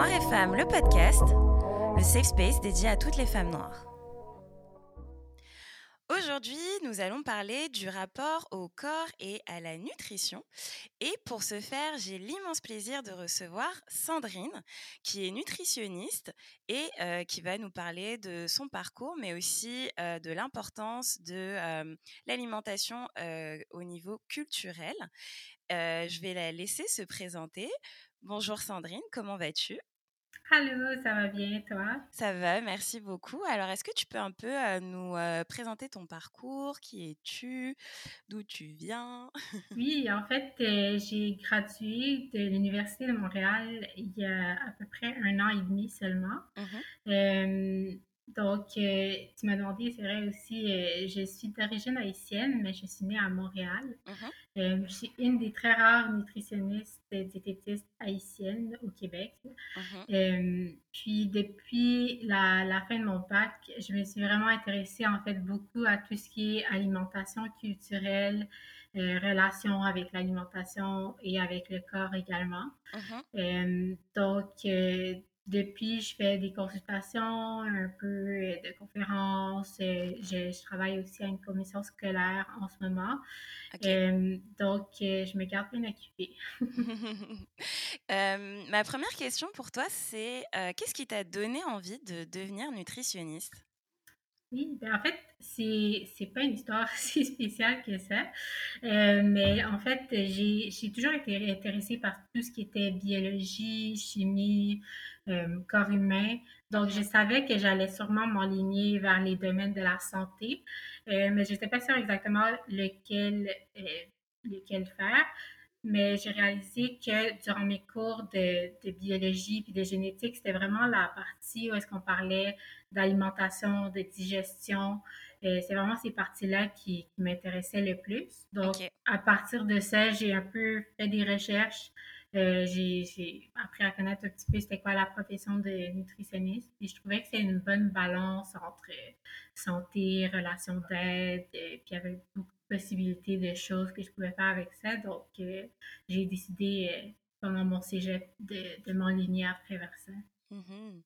Noir et Femmes, le podcast, le safe space dédié à toutes les femmes noires. Aujourd'hui, nous allons parler du rapport au corps et à la nutrition. Et pour ce faire, j'ai l'immense plaisir de recevoir Sandrine, qui est nutritionniste et qui va nous parler de son parcours, mais aussi de l'importance de l'alimentation au niveau culturel. Je vais la laisser se présenter. Bonjour Sandrine, comment vas-tu ? Allô, ça va bien, toi? Ça va, merci beaucoup. Alors, est-ce que tu peux un peu nous présenter ton parcours? Qui es-tu? D'où tu viens? Oui, en fait, j'ai gradué de l'Université de Montréal il y a à peu près 1 an et demi seulement. Mhm, Euh, tu m'as demandé, c'est vrai aussi, je suis d'origine haïtienne, mais je suis née à Montréal. mhm, Je suis une des très rares nutritionnistes diététistes haïtiennes au Québec. mhm, Puis depuis la fin de mon bac, je me suis vraiment intéressée en fait beaucoup à tout ce qui est alimentation culturelle, relation avec l'alimentation et avec le corps également. mhm. Depuis, je fais des consultations, un peu de conférences. Je travaille aussi à une commission scolaire en ce moment. Ok. Je me garde bien occupée. Ma première question pour toi, c'est qu'est-ce qui t'a donné envie de devenir nutritionniste? Oui, ben en fait, c'est pas une histoire si spéciale que ça. Mais en fait, j'ai toujours été intéressée par tout ce qui était biologie, chimie, corps humain. Donc, je Mhm, savais que j'allais sûrement m'enligner vers les domaines de la santé, mais je n'étais pas sûre exactement lequel faire. Mais j'ai réalisé que durant mes cours de biologie puis de génétique, c'était vraiment la partie où est-ce qu'on parlait d'alimentation, de digestion. C'est vraiment ces parties-là qui m'intéressaient le plus. Donc, ok. à partir de ça, j'ai un peu fait des recherches. J'ai appris à connaître un petit peu c'était quoi la profession de nutritionniste. Puis je trouvais que c'est une bonne balance entre santé, relations d'aide, puis il y avait beaucoup de possibilités de choses que je pouvais faire avec ça. Donc, j'ai décidé pendant mon cégep de m'enligner après vers ça. Mhm.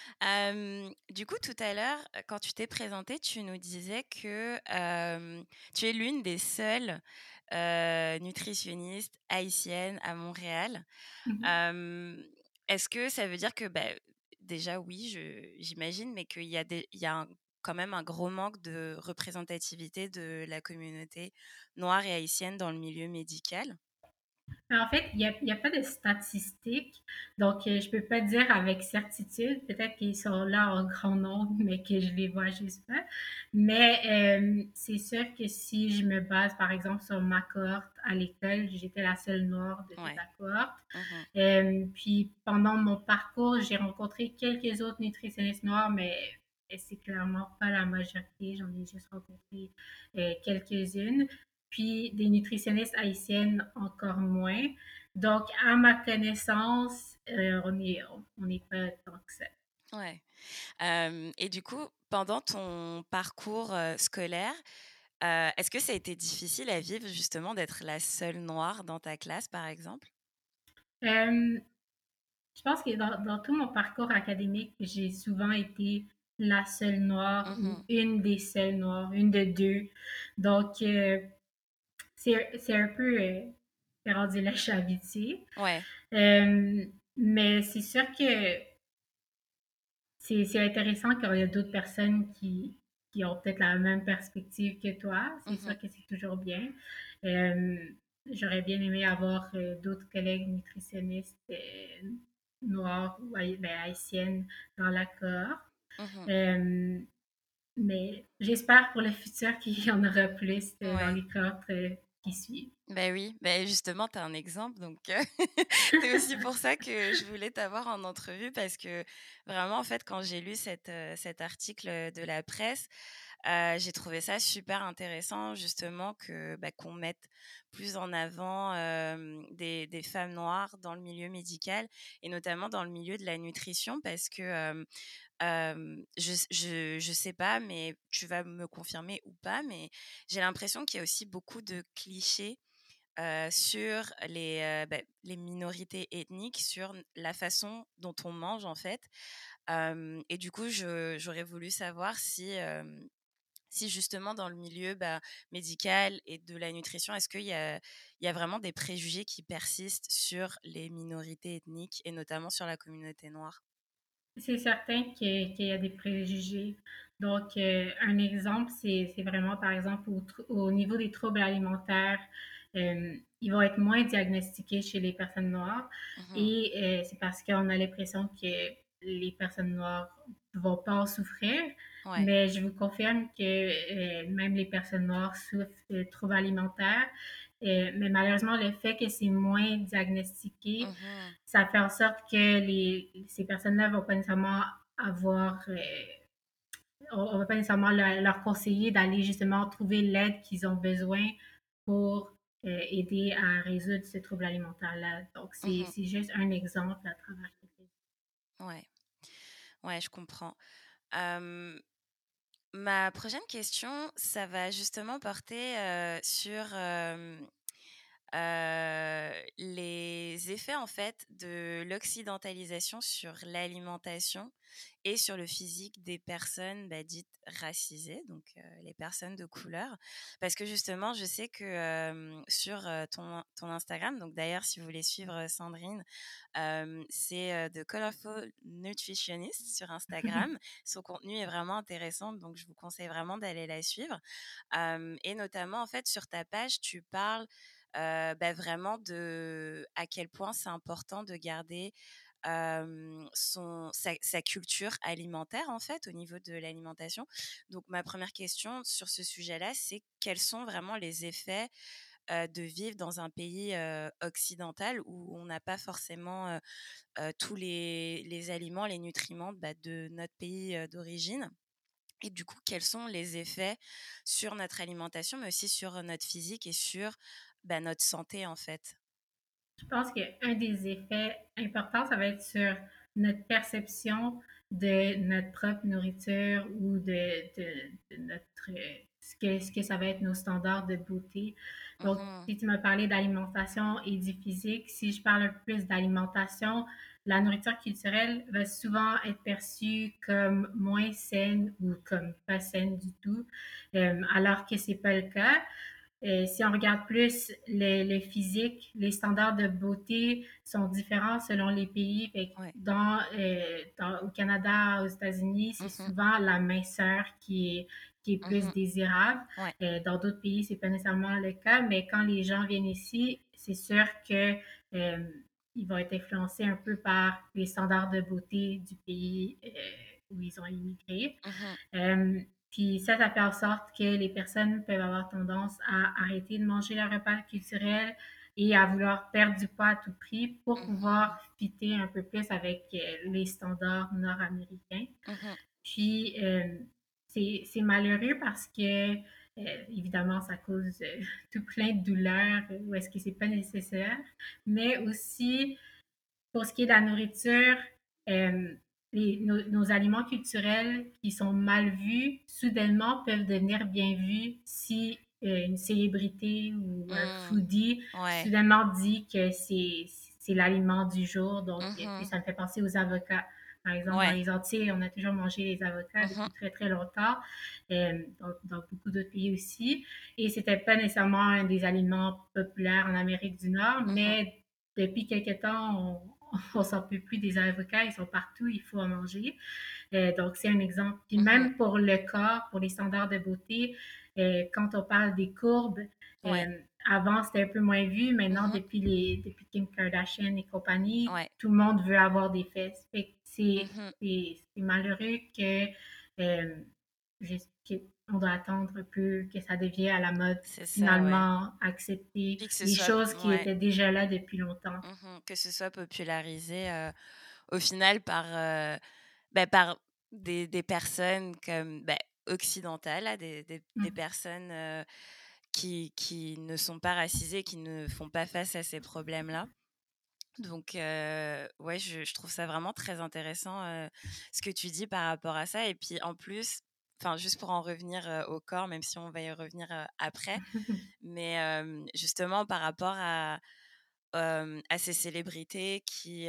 Du coup, tout à l'heure, quand tu t'es présentée, tu nous disais que tu es l'une des seules nutritionnistes haïtiennes à Montréal. Mhm. Hem, Est-ce que ça veut dire que, bah, déjà oui, j'imagine, mais il y a quand même un gros manque de représentativité de la communauté noire et haïtienne dans le milieu médical? En fait, il y a pas de statistiques, donc je peux pas dire avec certitude. Peut-être qu'ils sont là en grand nombre, mais que je les vois juste pas. Mais c'est sûr que si je me base, par exemple, sur ma cohorte à l'école, j'étais la seule noire de toute Ouais. la cohorte. Mmh. Puis pendant mon parcours, j'ai rencontré quelques autres nutritionnistes noirs, mais c'est clairement pas la majorité. J'en ai juste rencontré quelques-unes. Puis des nutritionnistes haïtiennes encore moins. Donc, à ma connaissance, on n'est pas tant que ça. Ouais. Et du coup, pendant ton parcours, scolaire, est-ce que ça a été difficile à vivre justement d'être la seule noire dans ta classe, par exemple? Euh, je pense que dans tout mon parcours académique, j'ai souvent été la seule noire ou Mmh. une des seules noires, une de deux. Donc, c'est un peu c'est rendu là, je suis habituée. Ouais. Euh, mais c'est sûr que c'est intéressant quand il y a d'autres personnes qui ont peut-être la même perspective que toi. C'est Mmh. sûr que c'est toujours bien. Euh, J'aurais bien aimé avoir d'autres collègues nutritionnistes noirs ou haïtiennes dans la cohorte. Mmh. Euh, mais j'espère pour le futur qu'il y en aura plus dans Ouais. les cohortes qui suivent. Ben oui, ben justement, tu as un exemple, donc c'est aussi pour ça que je voulais t'avoir en entrevue parce que vraiment, en fait, quand j'ai lu cet article de la presse, j'ai trouvé ça super intéressant justement bah, qu'on mette plus en avant des femmes noires dans le milieu médical et notamment dans le milieu de la nutrition parce que je sais pas, mais tu vas me confirmer ou pas, mais j'ai l'impression qu'il y a aussi beaucoup de clichés sur les minorités ethniques, sur la façon dont on mange, en fait. Et du coup, j'aurais voulu savoir si justement dans le milieu médical et de la nutrition, est-ce qu'il y a vraiment des préjugés qui persistent sur les minorités ethniques et notamment sur la communauté noire? C'est certain qu'il y a des préjugés. Donc, un exemple, c'est vraiment, par exemple, au niveau des troubles alimentaires, ils vont être moins diagnostiqués chez les personnes noires Mhm. et c'est parce qu'on a l'impression que les personnes noires ne vont pas en souffrir. Ouais. Mais je vous confirme que même les personnes noires souffrent de troubles alimentaires. Mais malheureusement, le fait que c'est moins diagnostiqué, Mhm. ça fait en sorte que ces personnes-là vont pas nécessairement avoir, on va pas nécessairement leur conseiller d'aller justement trouver l'aide qu'ils ont besoin pour aider à résoudre ce trouble alimentaire-là. Donc, Mhm. c'est juste un exemple à travers quelques. Ouais. Ouais, je comprends. Euh, Ma prochaine question, ça va justement porter sur les effets en fait de l'occidentalisation sur l'alimentation et sur le physique des personnes dites racisées, donc les personnes de couleur. Parce que justement, je sais que sur ton Instagram, donc d'ailleurs, si vous voulez suivre Sandrine, c'est The Colorful Nutritionist sur Instagram. Son contenu est vraiment intéressant, donc je vous conseille vraiment d'aller la suivre. Et notamment, en fait, sur ta page, tu parles vraiment de à quel point c'est important de garder sa culture alimentaire, en fait, au niveau de l'alimentation. Donc, ma première question sur ce sujet-là, c'est quels sont vraiment les effets de vivre dans un pays occidental où on n'a pas forcément tous les aliments, les nutriments de notre pays d'origine. Et du coup, quels sont les effets sur notre alimentation, mais aussi sur notre physique et sur notre santé, en fait? Je pense qu'un des effets importants, ça va être sur notre perception de notre propre nourriture ou de notre ce que ça va être nos standards de beauté. Donc, Mhm, si tu m'as parlé d'alimentation et du physique, si je parle un peu plus d'alimentation, la nourriture culturelle va souvent être perçue comme moins saine ou comme pas saine du tout, alors que c'est pas le cas. Si on regarde plus le physique, les standards de beauté sont différents selon les pays. Fait que ouais. au Canada, aux États-Unis, c'est Mhm, souvent la minceur qui est plus mhm, désirable. ouais. Dans d'autres pays, c'est pas nécessairement le cas, mais quand les gens viennent ici, c'est sûr que ils vont être influencés un peu par les standards de beauté du pays où ils ont immigré. Mhm, Euh, Puis ça fait en sorte que les personnes peuvent avoir tendance à arrêter de manger leur repas culturel et à vouloir perdre du poids à tout prix pour mhm, pouvoir fitter un peu plus avec les standards nord-américains. mhm, Puis c'est malheureux parce que évidemment ça cause tout plein de douleurs ou est-ce que c'est pas nécessaire, mais aussi pour ce qui est de la nourriture, euh, nos aliments culturels qui sont mal vus, soudainement peuvent devenir bien vus si une célébrité ou un mhm, foodie ouais. soudainement dit que c'est l'aliment du jour. Donc, puis Mhm, ça me fait penser aux avocats. Par exemple, dans ouais. les Antilles, on a toujours mangé les avocats Mhm, depuis très, très longtemps, dans beaucoup d'autres pays aussi. Et c'était pas nécessairement un des aliments populaires en Amérique du Nord, mhm, mais depuis quelques temps, on s'en peut plus des avocats, ils sont partout, il faut en manger. Donc, c'est un exemple. Puis mhm, même pour le corps, pour les standards de beauté, quand on parle des courbes, ouais. avant, c'était un peu moins vu. Maintenant, Mhm, depuis Kim Kardashian et compagnie, ouais. tout le monde veut avoir des fesses. Fait que Mhm, c'est malheureux que, euh, on doit attendre un peu que ça devienne à la mode pour c'est ça, ouais. finalement accepter Puis que ce les soit, choses qui ouais. étaient déjà là depuis longtemps. Que ce soit popularisé au final par des personnes comme occidentales, là, des Mm. personnes qui ne sont pas racisées, qui ne font pas face à ces problèmes-là. Donc, ouais, je trouve ça vraiment très intéressant ce que tu dis par rapport à ça. Et puis, en plus, enfin, juste pour en revenir au corps, même si on va y revenir après, mais justement par rapport à ces célébrités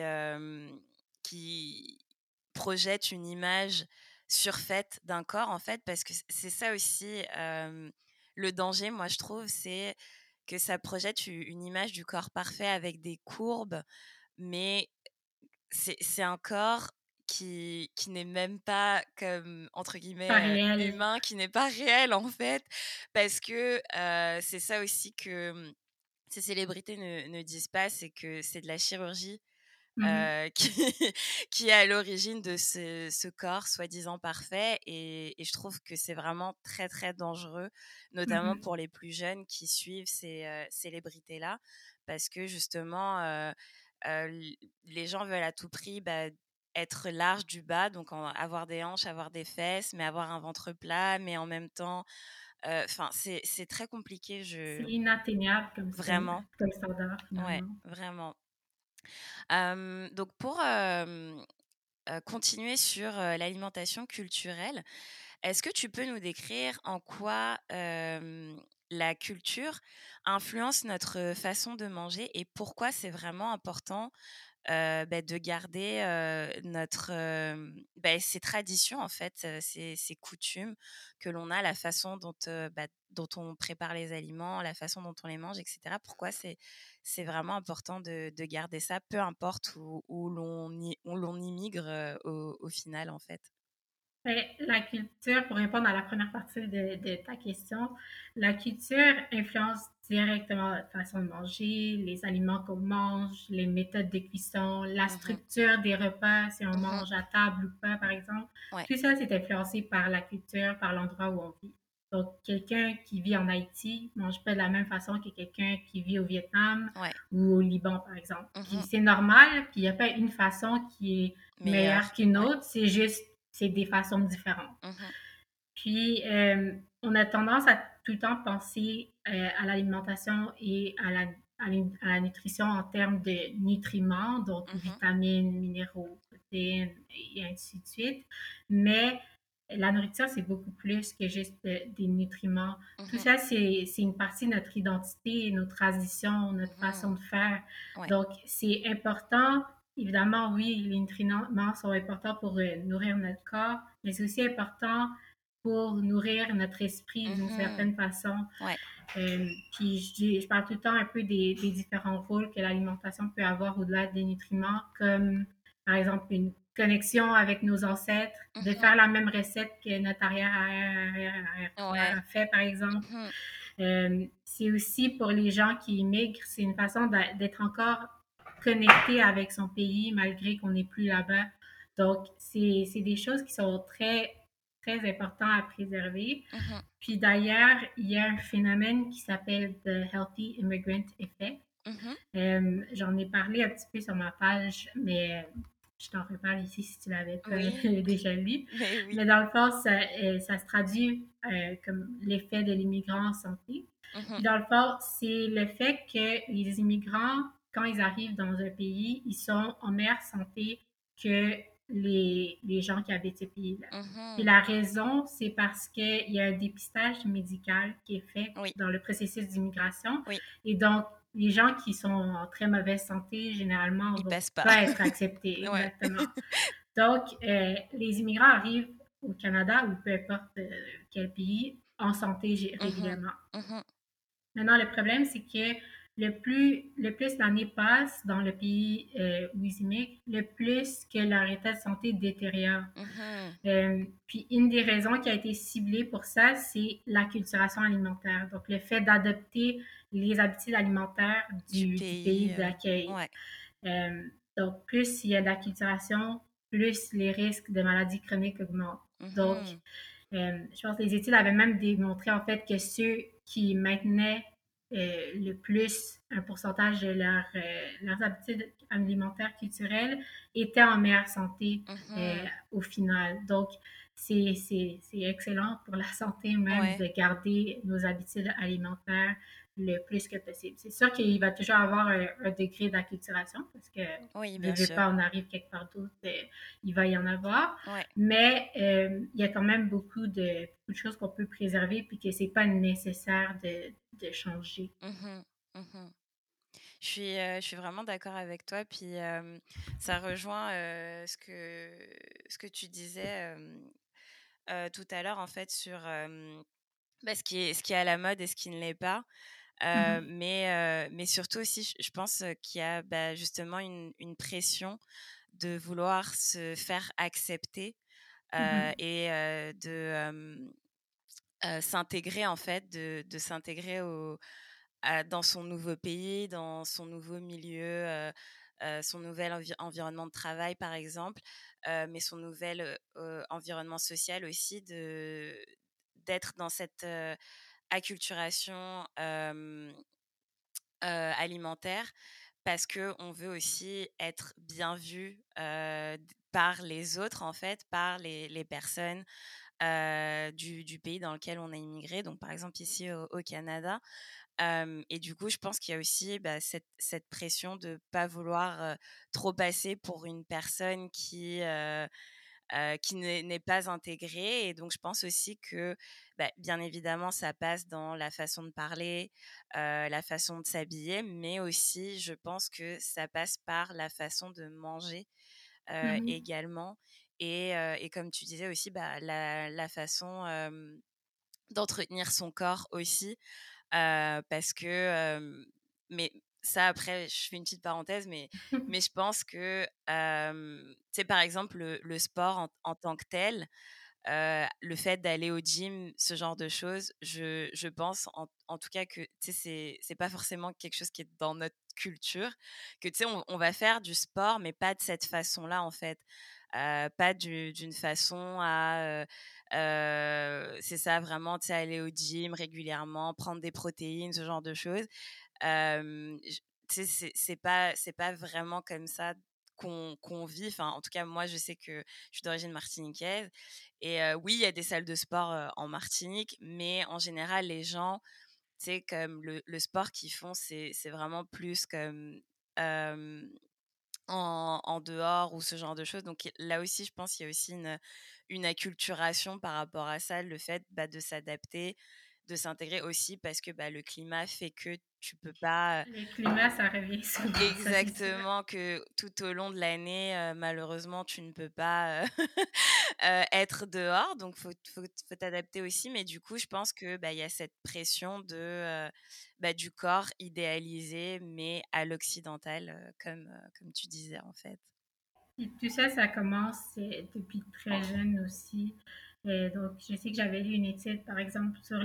qui projettent une image surfaite d'un corps, en fait, parce que c'est ça aussi le danger, moi, je trouve, c'est que ça projette une image du corps parfait avec des courbes, mais c'est un corps qui n'est même pas comme, entre Pas guillemets, réel. «humain», qui n'est pas réel, en fait. Parce que, c'est ça aussi que, ces célébrités ne disent pas, c'est que c'est de la chirurgie, Mhm, qui qui est à l'origine de ce corps soi-disant parfait et je trouve que c'est vraiment très, très dangereux, notamment mhm. pour les plus jeunes qui suivent ces, célébrités-là. Parce que justement, l les gens veulent à tout prix, bah, être large du bas, donc avoir des hanches, avoir des fesses, mais avoir un ventre plat, mais en même temps, enfin, c'est très compliqué, C'est inatteignable vraiment, comme standard, ouais, finalement. vraiment. Donc pour, continuer sur, l'alimentation culturelle, est-ce que tu peux nous décrire en quoi, la culture influence notre façon de manger et pourquoi c'est vraiment important, de garder, ces traditions en fait, ces coutumes que l'on a, la façon dont on prépare les aliments, la façon dont on les mange et cetera. Pourquoi c'est vraiment important de garder ça, peu importe où l'on immigre, au final en fait? Ben, la culture, pour répondre à la première partie de ta question, la culture influence directement notre façon de manger, les aliments qu'on mange, les méthodes de cuisson, la Mmh. structure des repas, si on Mmh. mange à table ou pas, par exemple. Ouais. Tout ça, c'est influencé par la culture, par l'endroit où on vit. Donc, quelqu'un qui vit en Haïti ne mange pas de la même façon que quelqu'un qui vit au Vietnam Ouais. ou au Liban, par exemple. Puis Mmh. c'est normal, puis il n'y a pas une façon qui est meilleure Meilleur. qu'une Ouais. autre, c'est des façons différentes. Mmh. Puis, on a tendance à tout le temps penser à l'alimentation et à la nutrition en termes de nutriments, donc Mmh. vitamines, minéraux, protéines et ainsi de suite. Mais la nourriture, c'est beaucoup plus que juste des nutriments. Tout Mmh. ça, c'est une partie de notre identité, nos traditions, notre façon Mmh. de faire. Ouais. Donc, c'est important. Évidemment, oui, les nutriments sont importants pour nourrir notre corps, mais c'est aussi important pour nourrir notre esprit d'une Mmh. certaine façon. Ouais. Puis je parle tout le temps un peu des différents rôles que l'alimentation peut avoir au-delà des nutriments, comme par exemple une connexion avec nos ancêtres, de Mmh. faire la même recette que notre arrière-arrière-arrière-grand-mère Ouais. a fait, par exemple. Mmh. C'est aussi pour les gens qui immigrent, c'est une façon d'être encore connecté avec son pays malgré qu'on n'est plus là-bas. Donc, c'est des choses qui sont très, très importantes à préserver. Mmh. Puis d'ailleurs, il y a un phénomène qui s'appelle The Healthy Immigrant Effect. Mmh. J'en ai parlé un petit peu sur ma page, mais je t'en reparle ici si tu l'avais pas Oui, déjà lu. mais oui. Mais dans le fond, ça se traduit comme l'effet de l'immigrant en santé. Mmh. Puis dans le fond, c'est le fait que les immigrants, quand ils arrivent dans un pays, ils sont en meilleure santé que les gens qui habitent ce pays-là. Puis Mmh. la raison, c'est parce qu'il y a un dépistage médical qui est fait Oui, dans le processus d'immigration. oui, Et donc, les gens qui sont en très mauvaise santé, généralement, ne il vont passe pas. pas être acceptés, Ouais. exactement. Donc, les immigrants arrivent au Canada ou peu importe quel pays en santé Mmh. régulièrement. Mmh. Maintenant, le problème, c'est que le plus l'année passe dans le pays où ils immigrent, le plus que leur état de santé détériore. Mmh. Puis une des raisons qui a été ciblée pour ça, c'est l'acculturation alimentaire. Donc, le fait d'adopter les habitudes alimentaires Du du pays pays, d'accueil. ouais. Euh, donc, plus il y a d'acculturation, plus les risques de maladies chroniques augmentent. Donc, Mmh. je pense que les études avaient même démontré en fait que ceux qui maintenaient le plus un pourcentage de leurs habitudes alimentaires culturelles étaient en meilleure santé Mmh. au final. Donc, c'est excellent pour la santé même Ouais. de garder nos habitudes alimentaires le plus que possible. C'est sûr qu'il va toujours avoir un degré d'acculturation parce que, Oui, bien veux sûr. pas, on arrive quelque part d'autre, il va y en avoir. Ouais. Mais il y a quand même beaucoup de choses qu'on peut préserver puis que c'est pas nécessaire de changer. Mhm, mhm. Je suis vraiment d'accord avec toi. Puis ça rejoint ce que tu disais tout à l'heure, en fait, sur bah, ce qui est à la mode et ce qui ne l'est pas. Mhm, Mais surtout aussi, je pense qu'il y a bah, justement une pression de vouloir se faire accepter mhm, et s'intégrer, en fait, de s'intégrer dans son nouveau pays, dans son nouveau milieu, son nouvel environnement de travail, par exemple, mais son nouvel environnement social aussi, d'être dans cette acculturation alimentaire parce que on veut aussi être bien vu par les autres, en fait, par les personnes du pays dans lequel on a immigré, donc par exemple ici au Canada. Et du coup, je pense qu'il y a aussi bah, cette pression de ne pas vouloir trop passer pour une personne qui n'est pas intégrée. Et donc, je pense aussi que, bah, bien évidemment, ça passe dans la façon de parler, la façon de s'habiller, mais aussi, je pense que ça passe par la façon de manger mhm, également. Et comme tu disais aussi, bah, la façon d'entretenir son corps aussi, parce que, mais ça après, je fais une petite parenthèse, mais je pense que, tu sais, par exemple, le sport en tant que tel, le fait d'aller au gym, ce genre de choses, je pense en tout cas que, tu sais, c'est pas forcément quelque chose qui est dans notre culture, que, tu sais, on va faire du sport, mais pas de cette façon-là, en fait. Pas d'une façon à, c'est ça, vraiment, tu sais, aller au gym régulièrement, prendre des protéines, ce genre de choses. J Tu sais, c'est pas vraiment comme ça qu'on vit. Enfin, en tout cas, moi, je sais que je suis d'origine martiniquaise et oui, il y a des salles de sport, en Martinique, mais en général, les gens, tu sais, comme le sport qu'ils font, c'est vraiment plus comme, hem, en dehors ou ce genre de choses. Donc là aussi, je pense qu'il y a aussi une acculturation par rapport à ça, le fait, bah, de s'adapter, de s'intégrer aussi parce que, bah, le climat fait que tu peux pas, le climat, ça revient souvent, ça c'est sûr. exactement, que tout au long de l'année, malheureusement, tu ne peux pas, être dehors, donc faut t'adapter aussi. Mais du coup, je pense que, bah, il y a cette pression bah, du corps idéalisé, mais à l'occidental, comme tu disais, en fait. Et tout ça, ça commence depuis très jeune aussi. Donc, je sais que j'avais lu une étude, par exemple, sur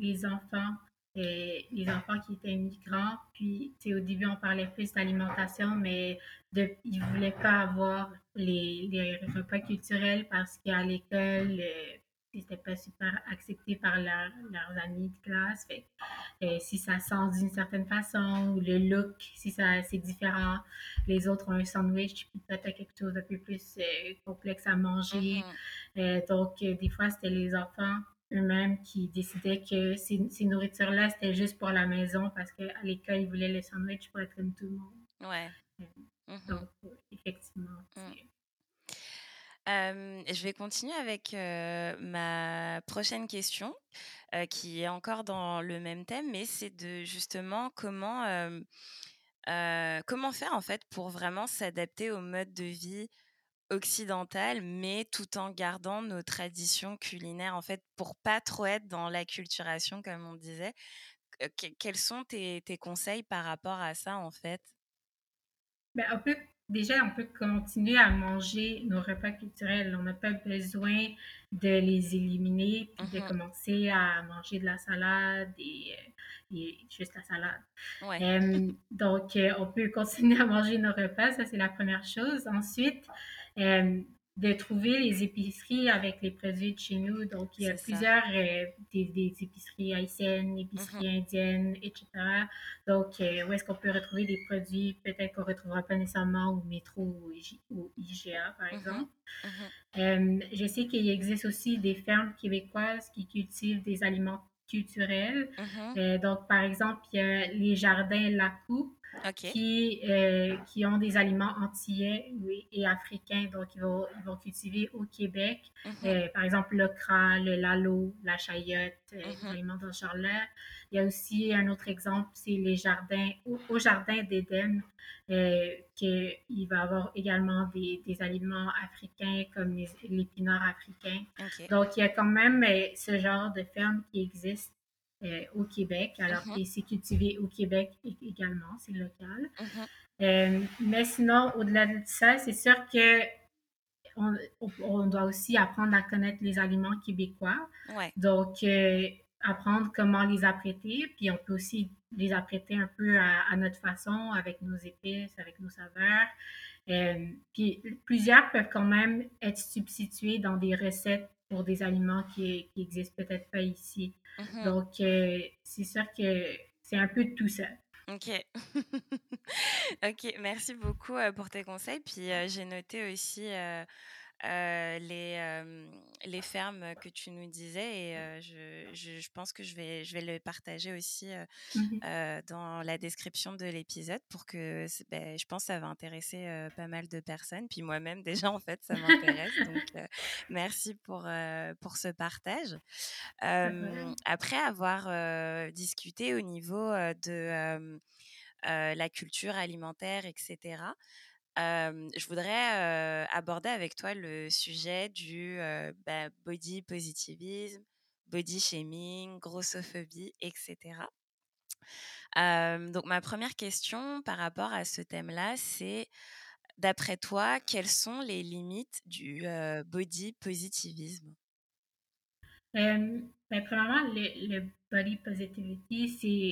les enfants qui étaient migrants. Puis, tu sais, au début, on parlait plus d'alimentation, mais ils ne voulaient pas avoir les repas culturels parce qu'à l'école, c'était pas super accepté par leurs amis de classe. Fait si ça sent d'une certaine façon ou le look, si ça c'est différent, les autres ont un sandwich, puis toi, tu as quelque chose d'un peu plus complexe à manger. Mmh. Donc, des fois, c'était les enfants eux-mêmes qui décidaient que ces nourritures-là, c'était juste pour la maison parce qu'à l'école, ils voulaient le sandwich pour être comme tout le monde. Ouais. Euh, Mmh. Donc, effectivement, Mmh. c'est... Je vais continuer avec, ma prochaine question, qui est encore dans le même thème, mais c'est de justement comment faire en fait pour vraiment s'adapter au mode de vie occidental, mais tout en gardant nos traditions culinaires en fait, pour pas trop être dans l'acculturation comme on disait. Quels sont tes conseils par rapport à ça en fait? Ben, déjà, on peut continuer à manger nos repas culturels. On n'a pas besoin de les éliminer puis de Mmh. commencer à manger de la salade et juste la salade. Ouais. Donc, on peut continuer à manger nos repas, ça c'est la première chose. Ensuite, euh, de trouver les épiceries avec les produits de chez nous. Donc, il y a C'est ça. plusieurs des épiceries haïtiennes, Mmh. épiceries indiennes, etc. Donc, où est-ce qu'on peut retrouver des produits peut-être qu'on ne retrouvera pas nécessairement au métro ou IGA, par Mmh. exemple. Mmh. Je sais qu'il existe aussi des fermes québécoises qui cultivent des aliments culturelles. Mmh. Donc, par exemple, il y a les jardins La Coupe OK. qui ont des aliments antillais oui, et africains. Donc, ils vont cultiver au Québec, Mmh. par exemple, l'ocra, le lalo, la chayotte, des Mmh. aliments dans ce genre-là. Il y a aussi un autre exemple, c'est les jardins, au jardin d'Éden, qu'il va y avoir également des aliments africains comme l'épinard africain. OK. Donc, il y a quand même ce genre de ferme qui existe au Québec, alors Mmh. que c'est cultivé au Québec également, c'est local. Mmh. Mais sinon, au-delà de ça, c'est sûr que on doit aussi apprendre à connaître les aliments québécois. Ouais. Donc, apprendre comment les apprêter. Puis, on peut aussi les apprêter un peu à notre façon, avec nos épices, avec nos saveurs. Puis, plusieurs peuvent quand même être substitués dans des recettes pour des aliments qui existent peut-être pas ici. Mmh. Donc, c'est sûr que c'est un peu de tout ça. OK. OK, merci beaucoup, pour tes conseils. Puis, j'ai noté aussi, les fermes que tu nous disais et je pense que je vais le partager aussi, Mhm. dans la description de l'épisode pour que je pense que ça va intéresser, pas mal de personnes. Puis moi-même déjà, en fait, ça m'intéresse donc merci pour ce partage. Pas de problème. Après avoir, discuté au niveau, de, la culture alimentaire et cetera, je voudrais, aborder avec toi le sujet du, body positivisme, body shaming, grossophobie et cetera. Donc ma première question par rapport à ce thème-là, c'est d'après toi, quelles sont les limites du, body positivisme? Premièrement, le body positivity,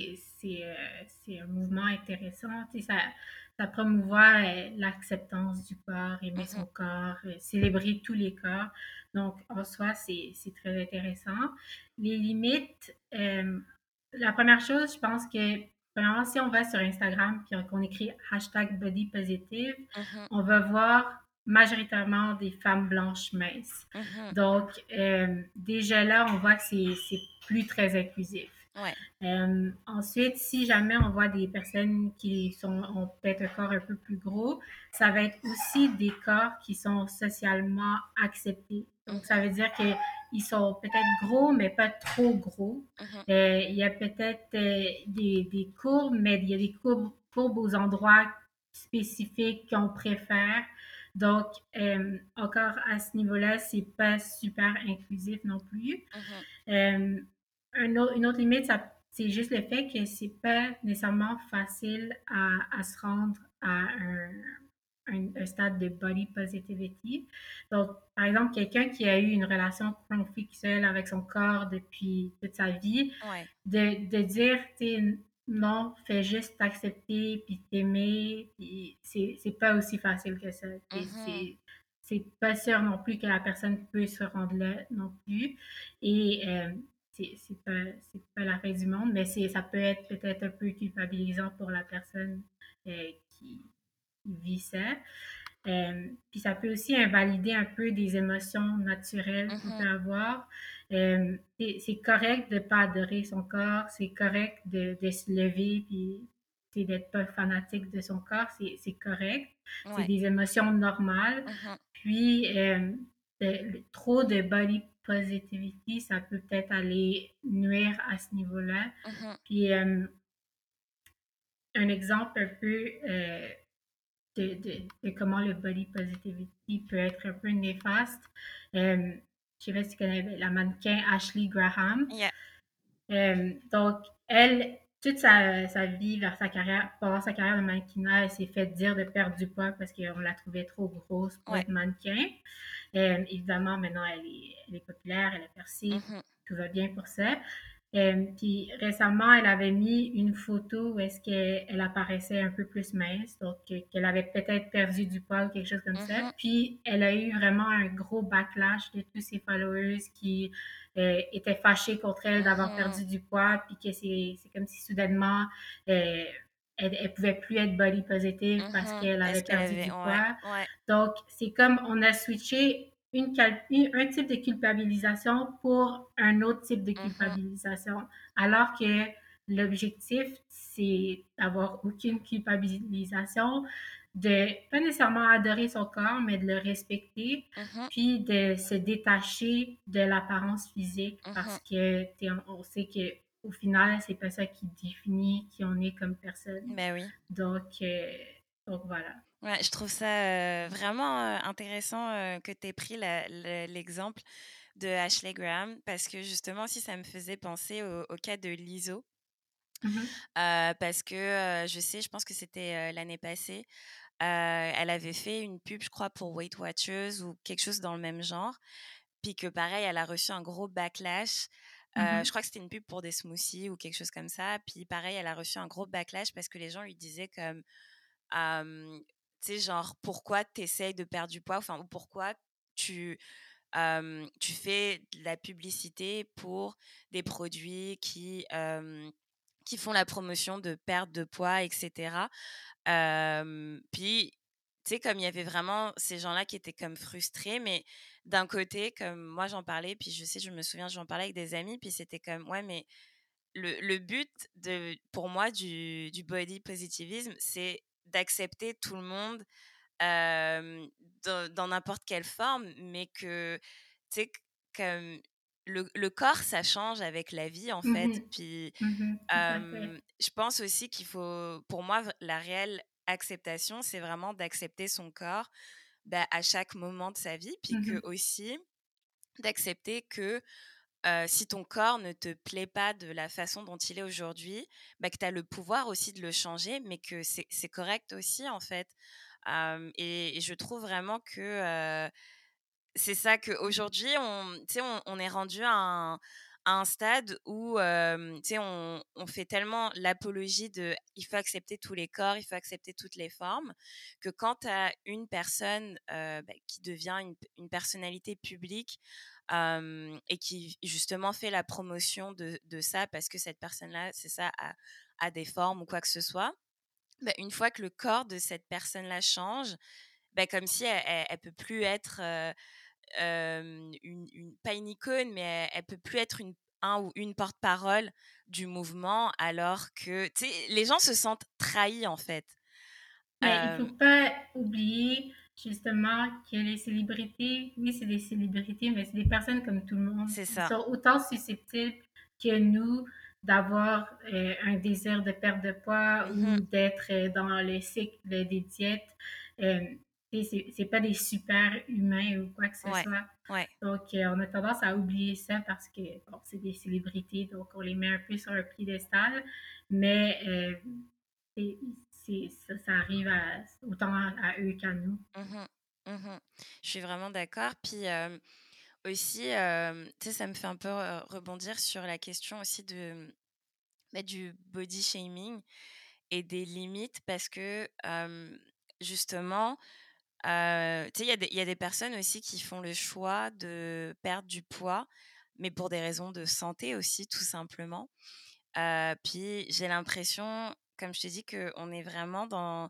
c'est un mouvement intéressant. Tu sais, ça promouvoit l'acceptance du corps, aimer Mmh. son corps, célébrer tous les corps. Donc, en soi, c'est très intéressant. Les limites, la première chose, je pense que, premièrement, si on va sur Instagram puis qu'on écrit hashtag body positive, Mmh. on va voir majoritairement des femmes blanches minces. Mmh. Donc, déjà là, on voit que c'est plus très inclusif. Ouais. Ensuite, si jamais on voit des personnes ont peut-être un corps un peu plus gros, ça va être aussi des corps qui sont socialement acceptés. Donc, ça Mmh. veut dire qu'ils sont peut-être gros, mais pas trop gros. Mmh. Il y a peut-être des courbes, mais il y a des courbes aux endroits spécifiques qu'on préfère. Donc, encore à ce niveau-là, c'est pas super inclusif non plus. Mmh. Euh, une autre limite, c'est juste le fait que c'est pas nécessairement facile à se rendre à un stade de body positivity. Donc, par exemple, quelqu'un qui a eu une relation conflictuelle avec son corps depuis toute sa vie, Ouais. de dire, tu sais, non, fais juste t'accepter puis t'aimer, puis c'est pas aussi facile que ça. Mmh. C'est pas sûr non plus que la personne peut se rendre là non plus. Et c'est pas la fin du monde, mais ça peut être peut-être un peu culpabilisant pour la personne qui vit ça. Puis ça peut aussi invalider un peu des émotions naturelles qu'on peut Mmh. avoir. C'est correct de ne pas adorer son corps, c'est correct de se lever puis d'être pas fanatique de son corps, c'est correct. C'est Ouais. des émotions normales. Mmh. Puis trop de body positivity, ça peut peut-être aller nuire à ce niveau-là. Mmh. Puis un exemple un peu de comment le body positivity peut être un peu néfaste. Je sais pas si tu connais la mannequin Ashley Graham. Yeah. Donc, elle, toute sa vie vers sa carrière, pendant sa carrière de mannequinat, elle s'est fait dire de perdre du poids parce qu'on la trouvait trop grosse pour Ouais. être mannequin. Évidemment, maintenant, elle est populaire, elle a percé, Mmh. tout va bien pour ça. Puis récemment, elle avait mis une photo où est-ce qu'elle apparaissait un peu plus mince, donc qu'elle avait peut-être perdu du poids ou quelque chose comme ça. Mmh. Puis elle a eu vraiment un gros backlash de tous ses followers qui étaient fâchés contre elle d'avoir Mmh. perdu du poids, puis que c'est comme si soudainement euh, elle pouvait plus être body positive parce Mmh. qu'elle Parce avait qu'elle perdu avait du ouais, poids. ouais. Donc c'est comme on a switché un type de culpabilisation pour un autre type de Mmh. culpabilisation, alors que l'objectif, c'est d'avoir aucune culpabilisation, de pas nécessairement adorer son corps, mais de le respecter, Mmh. puis de se détacher de l'apparence physique Mmh. parce que on sait que au final, c'est pas ça qui définit qui on est comme personne. Bah, oui. Donc, euh, donc voilà. Ouais, je trouve ça, vraiment, intéressant, que tu aies pris l'exemple de Ashley Graham parce que justement aussi ça me faisait penser au cas de Lizzo, Mhm, parce que, je pense que c'était, l'année passée, elle avait fait une pub, je crois, pour Weight Watchers ou quelque chose dans le même genre, puis que pareil, elle a reçu un gros backlash. Je mhm, crois que c'était une pub pour des smoothies ou quelque chose comme ça, puis pareil, elle a reçu un gros backlash parce que les gens lui disaient comme, tu sais, genre: «Pourquoi tu essayes de perdre du poids?» enfin, ou «Pourquoi tu, tu fais de la publicité pour des produits qui font la promotion de perte de poids et cetera?» Puis, tu sais, comme il y avait vraiment ces gens-là qui étaient comme frustrés, mais d'un côté, comme moi j'en parlais, puis je me souviens, j'en parlais avec des amis, puis c'était comme, ouais, mais le but pour moi du body positivisme, c'est d'accepter tout le monde dans n'importe quelle forme, mais que, tu sais, comme le corps, ça change avec la vie, en fait. mhm, Puis, mhm, tout à fait. je pense aussi qu'il faut, pour moi, la réelle acceptation, c'est vraiment d'accepter son corps bah, à chaque moment de sa vie, puis que Mhm, aussi d'accepter que si ton corps ne te plaît pas de la façon dont il est aujourd'hui, bah, que tu as le pouvoir aussi de le changer, mais que c'est correct aussi, en fait. Et je trouve vraiment que c'est ça qu'aujourd'hui, tu sais, on est rendu à un stade où tu sais, on fait tellement l'apologie de il faut accepter tous les corps, il faut accepter toutes les formes, que quand tu as une personne bah, qui devient une personnalité publique et qui justement fait la promotion de ça parce que cette personne-là, c'est ça, a des formes ou quoi que ce soit, bah, une fois que le corps de cette personne-là change, bah, comme si elle peut plus être pas une icône, mais elle peut plus être un ou une porte-parole du mouvement, alors que, tu sais, les gens se sentent trahis en fait. Mais il faut Euh, pas oublier justement que les célébrités, oui, c'est des célébrités, mais c'est des personnes comme tout le monde. c'est Ils ça. sont autant susceptibles que nous d'avoir un désir de perdre de poids Mhm. ou d'être dans le cycle des diètes. Euh, c'est pas des super humains ou quoi que ce Ouais, soit. ouais. Donc, on a tendance à oublier ça parce que bon, c'est des célébrités, donc on les met un peu sur un piédestal. Mais c'est, ça arrive autant à eux qu'à nous. Mhm. Mhm. Je suis vraiment d'accord. Puis aussi, tu sais, ça me fait un peu rebondir sur la question aussi bah, du body shaming et des limites parce que justement, tu sais, il y a des personnes aussi qui font le choix de perdre du poids, mais pour des raisons de santé aussi, tout simplement. Puis j'ai l'impression, comme je te dis, qu'on est vraiment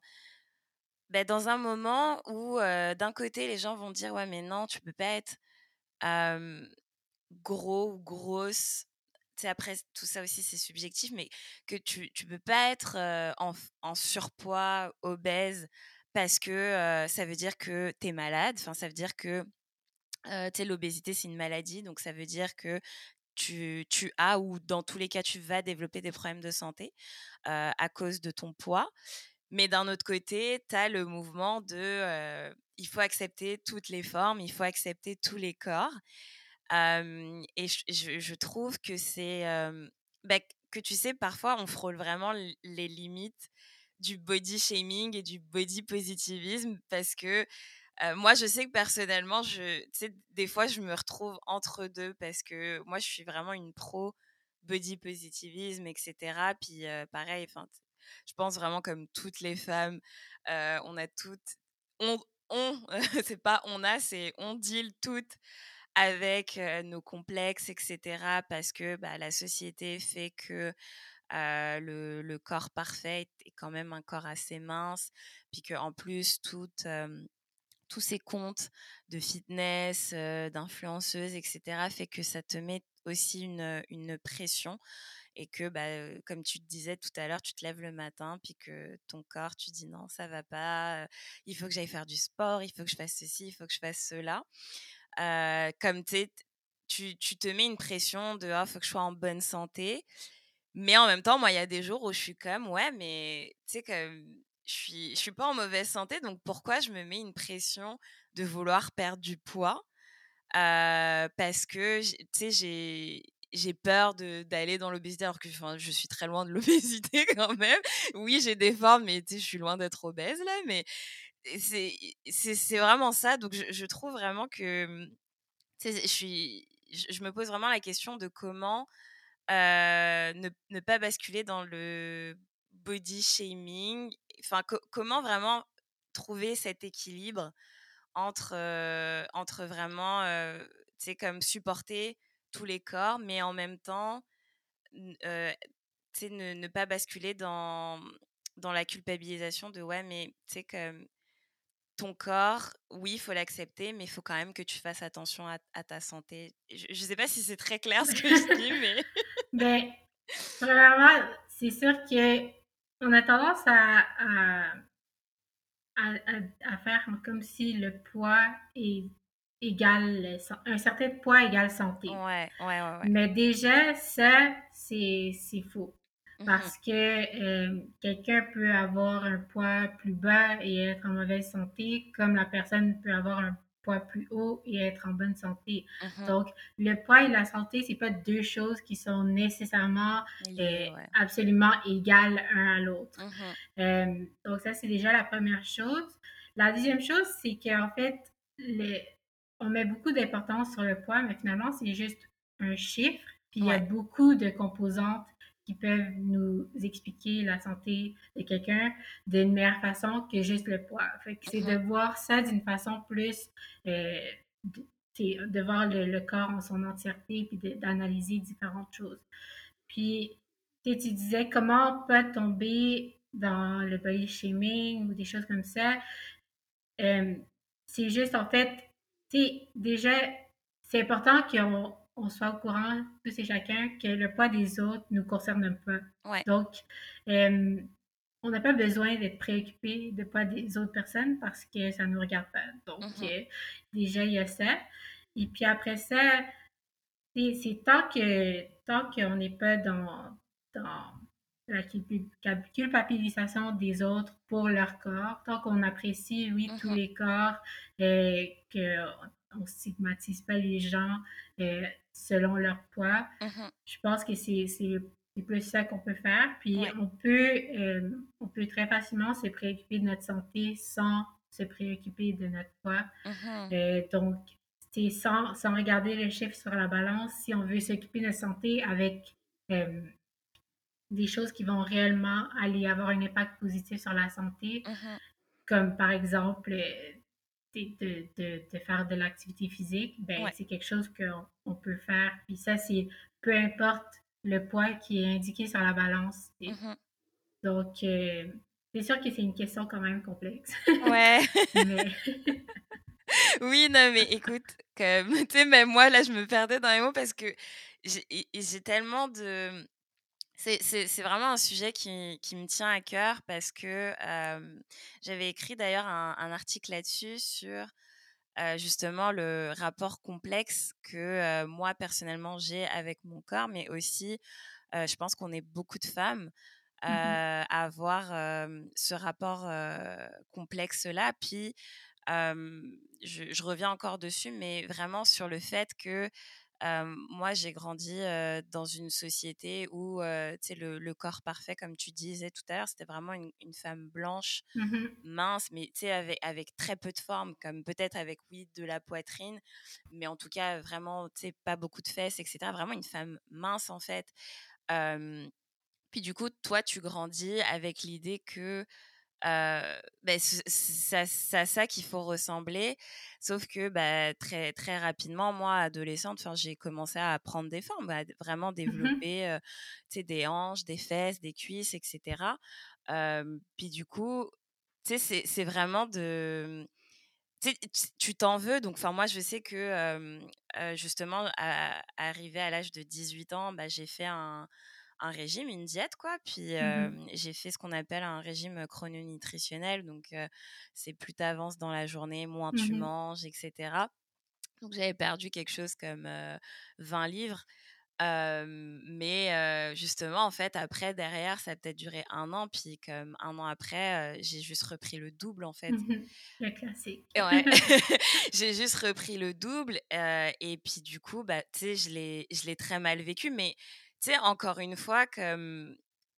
bah, dans un moment où, d'un côté, les gens vont dire: «Ouais, mais non, tu peux pas être, hem, gros ou grosse». Tu sais, après tout ça aussi, c'est subjectif, mais que tu peux pas être, en surpoids, obèse parce que, ça veut dire que tu es malade. Enfin, ça veut dire que, tu sais, l'obésité, c'est une maladie, donc ça veut dire que tu as ou dans tous les cas, tu vas développer des problèmes de santé, à cause de ton poids. Mais d'un autre côté, tu as le mouvement de, il faut accepter toutes les formes, il faut accepter tous les corps. Et je trouve que c'est, bah, que tu sais, parfois, on frôle vraiment les limites du body shaming et du body positivisme parce que, moi, je sais que personnellement, tu sais, des fois, je me retrouve entre 2 parce que moi, je suis vraiment une pro body positivisme et cetera. Puis, pareil, enfin, je pense vraiment comme toutes les femmes, on a toutes on c'est pas on a, c'est on deal toutes avec, nos complexes et cetera parce que, bah, la société fait que, le corps parfait est quand même un corps assez mince, puis qu'en plus tous ces comptes de fitness, d'influenceuses, et cetera, fait que ça te met aussi une pression et que, comme tu te disais tout à l'heure, tu te lèves le matin puis que ton corps, tu dis: «Non, ça va pas, il faut que j'aille faire du sport, il faut que je fasse ceci, il faut que je fasse cela». Comme tu sais, tu te mets une pression de: «Ah, faut que je sois en bonne santé». Mais en même temps, moi, il y a des jours où je suis comme: «Ouais, mais tu sais, comme je suis pas en mauvaise santé, donc pourquoi je me mets une pression de vouloir perdre du poids?» Parce que tu sais, j'ai peur d'aller dans l'obésité alors que enfin, je suis très loin de l'obésité quand même. Oui, j'ai des formes, mais tu sais, je suis loin d'être obèse là, mais c'est c'est vraiment ça. Donc je trouve vraiment que, tu sais, je me pose vraiment la question de comment, ne pas basculer dans le body shaming. Enfin, comment vraiment trouver cet équilibre entre vraiment, tu sais, comme supporter tous les corps, mais en même temps, tu sais, ne pas basculer dans la culpabilisation de: «Ouais, mais tu sais, comme ton corps, oui, il faut l'accepter, mais il faut quand même que tu fasses attention à ta santé». Je sais pas si c'est très clair ce que je dis, mais Ben, premièrement, c'est sûr que on a tendance à faire comme si le poids est égal, un certain poids égale santé. ouais, ouais, ouais, ouais. Mais déjà, ça, c'est faux. Mmh. Parce que quelqu'un peut avoir un poids plus bas et être en mauvaise santé, comme la personne peut avoir un poids plus haut et être en bonne santé. Mmh. Donc, le poids et la santé, c'est pas deux choses qui sont nécessairement Lié, ouais. absolument égales un à l'autre. Mmh. Donc, ça, c'est déjà la première chose. La deuxième chose, c'est qu'en fait, on met beaucoup d'importance sur le poids, mais finalement, c'est juste un chiffre. Puis il y a Ouais. beaucoup de composantes qui peuvent nous expliquer la santé de quelqu'un d'une meilleure façon que juste le poids. Fait que c'est de Mmh. voir ça d'une façon plus, euh, de voir le corps en son entièreté, puis d'analyser différentes choses. Puis, tu disais comment pas tomber dans le body shaming ou des choses comme ça. Euh, c'est juste, en fait, tu sais, déjà, c'est important qu'on soit au courant, tous et chacun, que le poids des autres ne nous concerne pas. Ouais. Donc, euh, on n'a pas besoin d'être préoccupé de poids des autres personnes parce que ça ne nous regarde pas. Donc, Mmh. déjà, il y a ça. Et puis après ça, c'est tant qu'on n'est pas dans la culpabilisation des autres pour leur corps, tant qu'on apprécie, oui, tous Mmh. les corps, qu'on ne stigmatise pas les gens selon leur poids, Mmh. je pense que c'est plus ça qu'on peut faire. Puis Ouais. on peut très facilement se préoccuper de notre santé sans se préoccuper de notre poids. Mmh. Donc, c'est sans regarder le chiffre sur la balance, si on veut s'occuper de notre santé avec euh, des choses qui vont réellement aller avoir un impact positif sur la santé, Mmh. comme par exemple de faire de l'activité physique, ben Ouais. c'est quelque chose qu'on peut faire. Puis ça, c'est peu importe le poids qui est indiqué sur la balance. Mmh. Donc, c'est sûr que c'est une question quand même complexe. Ouais. Mais Oui, non, mais écoute, comme tu sais, même moi, là, je me perdais dans les mots parce que j'ai tellement de c'est vraiment un sujet qui me tient à cœur parce que, j'avais écrit d'ailleurs un article là-dessus sur, justement le rapport complexe que, moi personnellement j'ai avec mon corps, mais aussi, je pense qu'on est beaucoup de femmes, à avoir, ce rapport, complexe-là. Puis, je reviens encore dessus, mais vraiment sur le fait que, moi, j'ai grandi, dans une société où, tu sais, le corps parfait, comme tu disais tout à l'heure, c'était vraiment une femme blanche, mhm, mince, mais tu sais, avec très peu de forme, comme peut-être avec, oui, de la poitrine, mais en tout cas, vraiment, tu sais, pas beaucoup de fesses, et cetera. Vraiment une femme mince, en fait. Hem, Puis du coup, toi, tu grandis avec l'idée que, c'est à ça qu'il faut ressembler. Sauf que, très très rapidement, moi, adolescente, enfin, j'ai commencé à prendre des formes, à vraiment mhm. développer, tu sais, des hanches, des fesses, des cuisses, et cetera. Puis du coup, tu sais, c'est vraiment de tu sais, tu t'en veux. Donc enfin moi je sais que, justement arrivée à l'âge de 18 ans, bah, j'ai fait un régime, une diète quoi. Puis, Mhm, j'ai fait ce qu'on appelle un régime chrononutritionnel. Donc, c'est plus tu avances dans la journée, moins tu mhm, manges et cetera. Donc j'avais perdu quelque chose comme, 20 livres. Mais, justement, en fait, après, derrière, ça a peut-être duré 1 an, puis comme 1 an après, j'ai juste repris le double, en fait. mhm. Le classique. Et ouais, j'ai juste repris le double, et puis du coup, bah, tu sais, je l'ai très mal vécu, mais tu sais, encore une fois, comme,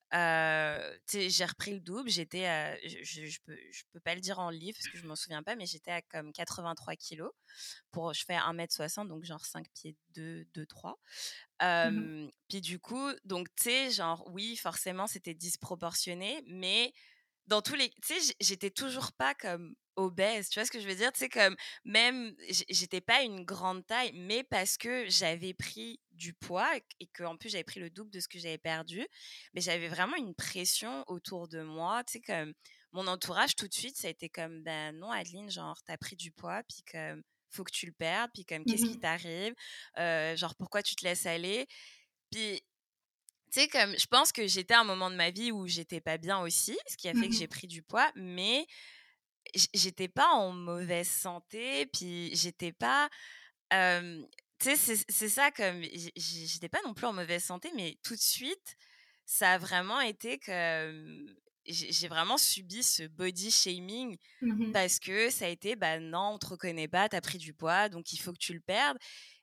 tu sais, j'ai repris le double, j'étais à je peux pas le dire en livres parce que je m'en souviens pas, mais j'étais à comme 83 kilos. Je fais 1,60 m, donc genre 5 pieds 2, 3. Mhm, Puis du coup, donc tu sais, genre oui, forcément, c'était disproportionné, mais dans tous les, tu sais, j'étais toujours pas comme obèse, tu vois ce que je veux dire? Tu sais, comme même j'étais pas une grande taille, mais parce que j'avais pris du poids et qu'en plus j'avais pris le double de ce que j'avais perdu, mais j'avais vraiment une pression autour de moi, tu sais, comme mon entourage tout de suite, ça a été comme: «Ben non Adeline, genre tu as pris du poids, puis comme faut que tu le perdes, puis comme qu'est-ce qui mhm, t'arrive? Genre pourquoi tu te laisses aller?» Puis tu sais, comme je pense que j'étais à un moment de ma vie où j'étais pas bien aussi, ce qui a fait que mhm, j'ai pris du poids, mais j'étais pas en mauvaise santé, puis j'étais pas, hem, tu sais, c'est ça, comme j'étais pas non plus en mauvaise santé, mais tout de suite, ça a vraiment été que, j'ai vraiment subi ce body shaming mhm, parce que ça a été: «Bah non, on te reconnaît pas, tu as pris du poids, donc il faut que tu le perdes».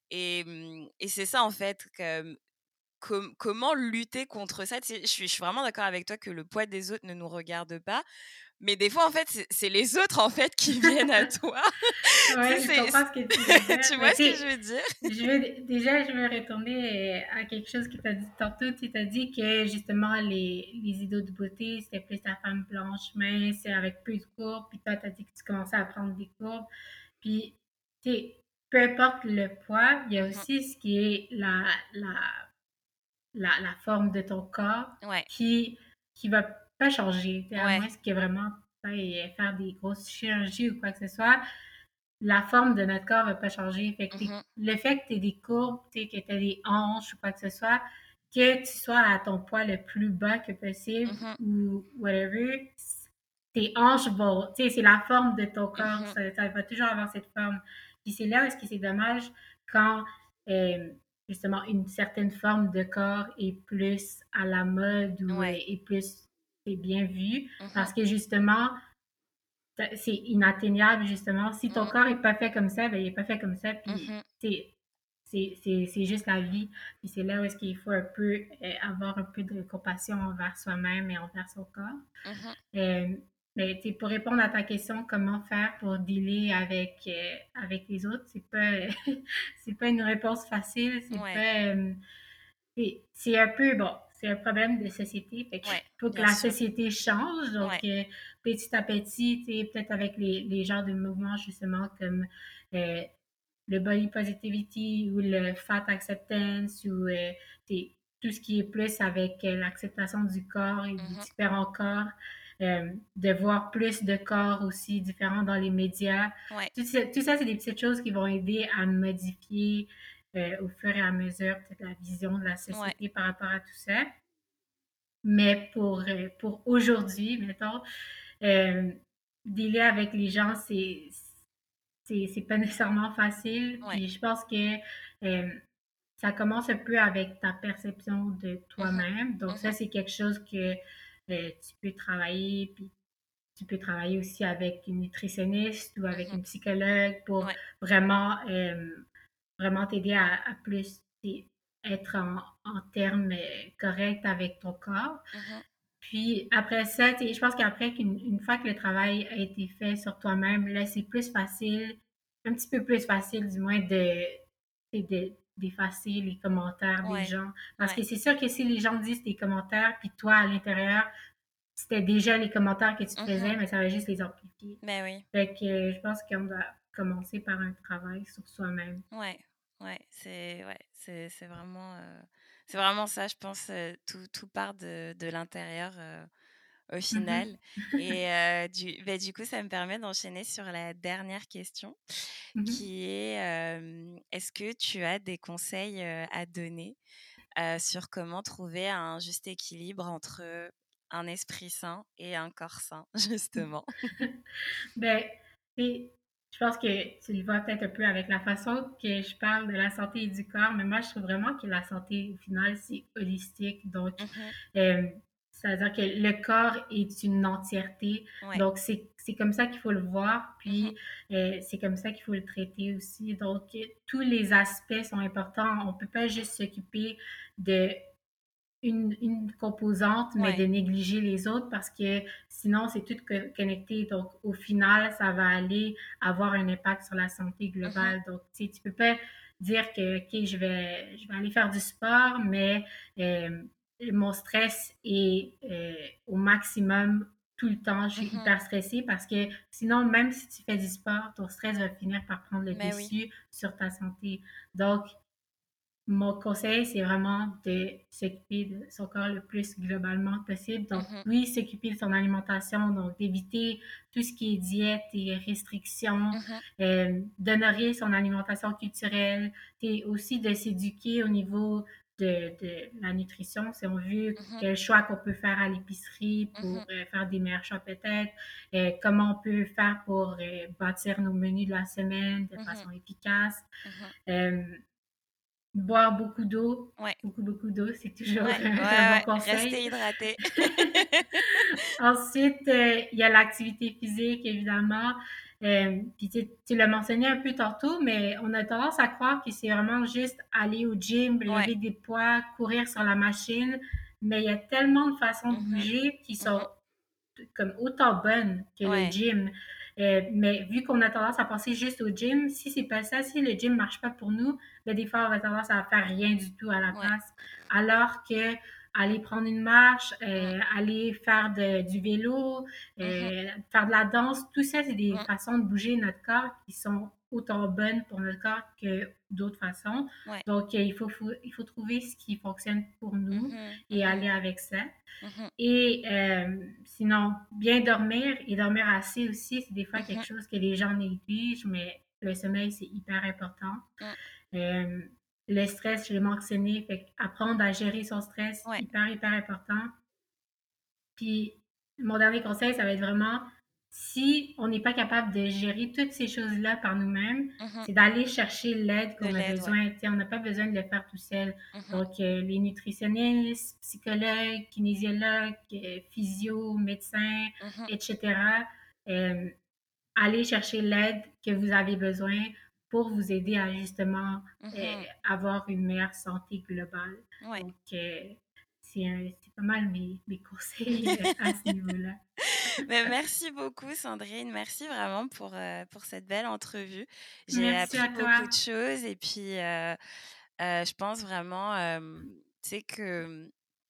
Et c'est ça, en fait, que comment lutter contre ça? Tu sais, je suis vraiment d'accord avec toi que le poids des autres ne nous regarde pas, mais des fois, en fait, c'est les autres, en fait, qui viennent à toi. Tu sais, Ouais, je comprends ce que tu veux dire. tu Mais vois tu ce que je sais, veux dire? je veux retourner à quelque chose que tu as dit tantôt. Tu as dit que justement, les idéaux de beauté, c'était plus la femme blanche, mince, avec peu de courbes. Puis toi, tu as dit que tu commençais à prendre des courbes. Puis, tu sais, peu importe le poids, il y a Mmh. aussi ce qui est la, la forme de ton corps Ouais, qui va pas changer. À ouais. moins que vraiment faire des grosses chirurgies ou quoi que ce soit, la forme de notre corps va pas changer. Fait que Mmh. le fait que tu aies des courbes, que tu aies des hanches ou quoi que ce soit, que tu sois à ton poids le plus bas que possible Mmh. ou whatever, tes hanches vont, tu sais, c'est la forme de ton corps, Mmh. ça va toujours avoir cette forme. Puis c'est là où est-ce que c'est dommage quand euh, justement une certaine forme de corps est plus à la mode ou Ouais. est plus est bien vu Mmh. parce que justement c'est inatteignable, justement. Si ton Mmh. corps est pas fait comme ça, ben, il est pas fait comme ça. Puis, Mmh. c'est juste la vie. Puis, c'est là où est-ce qu'il faut un peu avoir un peu de compassion envers soi-même et envers son corps. Mmh. Euh, mais pour répondre à ta question, comment faire pour dealer avec les autres, c'est pas, c'est pas une réponse facile. C'est Ouais, pas, c'est un peu, bon, c'est un problème de société. Fait qu'il ouais, faut que bien la sûr. société change. Donc, Ouais. petit à petit, tu sais, peut-être avec les genres de mouvements, justement, comme euh, le body positivity ou le fat acceptance ou tout ce qui est plus avec l'acceptation du corps et des Mmh. différents corps. De voir plus de corps aussi différents dans les médias. Ouais. Tout ça, c'est des petites choses qui vont aider à modifier au fur et à mesure peut-être la vision de la Ouais. société par rapport à tout ça. Mais pour aujourd'hui, mettons, euh, dealer avec les gens, c'est pas nécessairement facile. Ouais. Puis je pense que euh, ça commence un peu avec ta perception de Mmh. toi-même. Donc ça, Mmh. c'est quelque chose que tu peux travailler. Puis tu peux travailler aussi avec une nutritionniste ou avec Mmh. une psychologue pour Ouais. vraiment, vraiment t'aider à plus être en termes corrects avec ton corps. Mmh. Puis après ça, je pense qu'après une fois que le travail a été fait sur toi-même, là, c'est plus facile, un petit peu plus facile du moins d'effacer les commentaires des Ouais. gens. Parce Ouais. que c'est sûr que si les gens disent des commentaires, puis toi, à l'intérieur, c'était déjà les commentaires que tu te faisais, Mmh. mais ça va juste les amplifier. Beh, oui. Fait que je pense qu'on doit commencer par un travail sur soi-même. Ouais, ouais, c'est vraiment ça, je pense, tout part de l'intérieur, au Mhm. final. Et du coup, ça me permet d'enchaîner sur la dernière question, Mhm. qui est est-ce que tu as des conseils à donner sur comment trouver un juste équilibre entre un esprit sain et un corps sain, justement? Ben, et je pense que tu le vois peut-être un peu avec la façon que je parle de la santé et du corps, mais moi, je trouve vraiment que la santé, au final, c'est holistique. Donc, Mhm, euh, c'est-à-dire que le corps est une entièreté. ouais. Donc, c'est comme ça qu'il faut le voir, Mhm, puis c'est comme ça qu'il faut le traiter aussi. Donc, tous les aspects sont importants. On peut pas juste s'occuper de une composante, mais de ouais. négliger les autres parce que sinon, c'est tout connecté. Donc, au final, ça va aller avoir un impact sur la santé Mhm, globale. Donc, tu peux pas dire que, OK, je vais aller faire du sport, mais euh, mon stress est au maximum tout le temps. Je suis mhm. hyper stressée parce que sinon, même si tu fais du sport, ton stress va finir par prendre le Mais oui. dessus sur ta santé. Donc, mon conseil, c'est vraiment de s'occuper de son corps le plus globalement possible. Donc, Mhm, oui, s'occuper de son alimentation, donc d'éviter tout ce qui est diète et restrictions, mhm, d'honorer son alimentation culturelle, et aussi de s'éduquer au niveau de la nutrition. Si on veut mhm, quel choix qu'on peut faire à l'épicerie mhm, pour faire des meilleurs choix peut-être, comment on peut faire pour bâtir nos menus de la semaine de mhm, façon efficace. mhm. Euh, Boire Ouais, beaucoup d'eau, c'est toujours ouais, ouais, un bon ouais. conseil. Rester hydraté. Ensuite, il y a l'activité physique, évidemment. Puis tu l'as mentionné un peu tantôt, mais on a tendance à croire que c'est vraiment juste aller au gym, Ouais. lever des poids, courir sur la machine. Mais il y a tellement de façons de Mhm, bouger qui sont mhm. comme autant bonne que le Ouais. gym. Mais vu qu'on a tendance à penser juste au gym, si c'est pas ça, si le gym marche pas pour nous, ben des fois on va tendance à faire rien du tout à la Ouais. place. Alors que aller prendre une marche, Mm, aller faire du vélo, mhm, faire de la danse, tout ça, c'est des mm. façons de bouger notre corps qui sont autant bonnes pour notre corps que d'autres façons. Ouais. Donc, il faut trouver ce qui fonctionne pour nous Mhm, et mhm, aller avec ça. mhm, Et sinon, bien dormir et dormir assez aussi, c'est des fois quelque mhm, chose que les gens négligent, mais le sommeil, c'est hyper important. mm. Euh, le stress, je l'ai mentionné, fait apprendre à gérer son stress, Ouais. hyper important. Puis, mon dernier conseil, ça va être vraiment, si on n'est pas capable de gérer toutes ces choses-là par nous-mêmes, Mhm. c'est d'aller chercher l'aide De qu'on a l'aide, ouais. besoin. Tu sais, on n'a pas besoin de le faire tout seul. Mhm, Donc, les nutritionnistes, psychologues, kinésiologues, physio, médecins, mhm, etc., euh, allez chercher l'aide que vous avez besoin pour vous aider à justement mhm. avoir une meilleure santé globale. Ouais. Donc, c'est pas mal mes conseils à ce niveau-là. Mais merci beaucoup, Sandrine. Merci vraiment pour cette belle entrevue. J'ai Merci à appris beaucoup toi. de choses et puis je pense vraiment, tu sais, que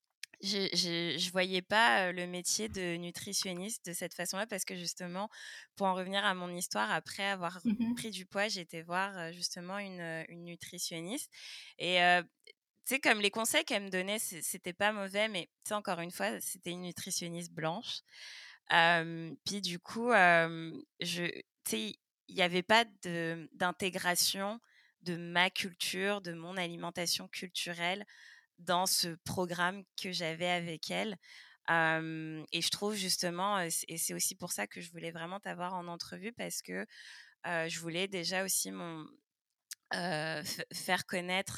je voyais pas le métier de nutritionniste de cette façon-là parce que justement, pour en revenir à mon histoire, après avoir Mhm, pris du poids, j'ai été voir justement une nutritionniste. Et tu sais, comme les conseils qu'elle me donnait, c'était pas mauvais, mais tu sais, encore une fois, c'était une nutritionniste blanche. Puis du coup, tu sais, il n'y avait pas d'intégration de ma culture, de mon alimentation culturelle dans ce programme que j'avais avec elle. Et je trouve justement, et c'est aussi pour ça que je voulais vraiment t'avoir en entrevue parce que je voulais déjà aussi faire connaître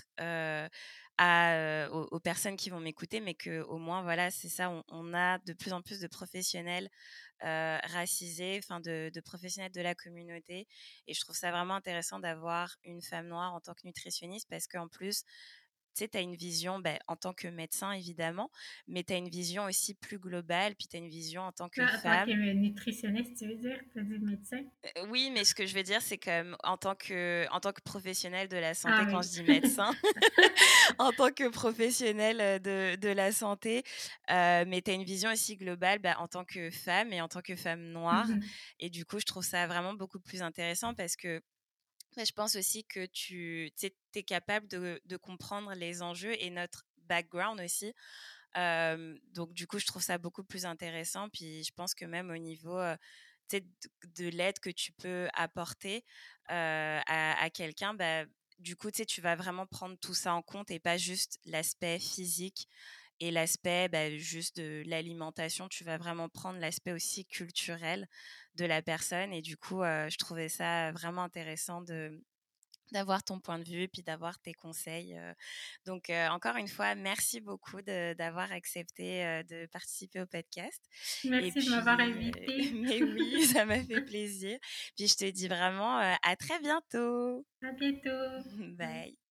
aux personnes qui vont m'écouter, mais que au moins, voilà, c'est ça, on a de plus en plus de professionnels racisés, enfin de professionnels de la communauté. Et je trouve ça vraiment intéressant d'avoir une femme noire en tant que nutritionniste parce qu'en plus, tu sais, tu as une vision, en tant que médecin, évidemment, mais tu as une vision aussi plus globale, puis tu as une vision en tant que en tant que femme. nutritionniste, tu veux dire, tu as dit médecin? Oui, mais ce que je veux dire, c'est comme en tant que professionnel de la Ah santé, quand oui. je dis médecin, en tant que professionnel de la santé, mais tu as une vision aussi globale en tant que femme et en tant que femme noire. Mhm. Et du coup, je trouve ça vraiment beaucoup plus intéressant parce que je pense aussi que tu es capable de comprendre les enjeux et notre background aussi Donc du coup, je trouve ça beaucoup plus intéressant. Puis je pense que même au niveau, tu sais, de l'aide que tu peux apporter, à quelqu'un, bah, du coup, tu sais, tu vas vraiment prendre tout ça en compte et pas juste l'aspect physique et l'aspect, bah, juste de l'alimentation. Tu vas vraiment prendre l'aspect aussi culturel de la personne et du coup, je trouvais ça vraiment intéressant d'avoir ton point de vue, puis d'avoir tes conseils. Donc, encore une fois, merci beaucoup d'avoir accepté de participer au podcast. Et Merci de m'avoir puis, invitée. mais oui, ça m'a fait plaisir. Puis, je te dis vraiment à très bientôt. À bientôt. Bye. Bye.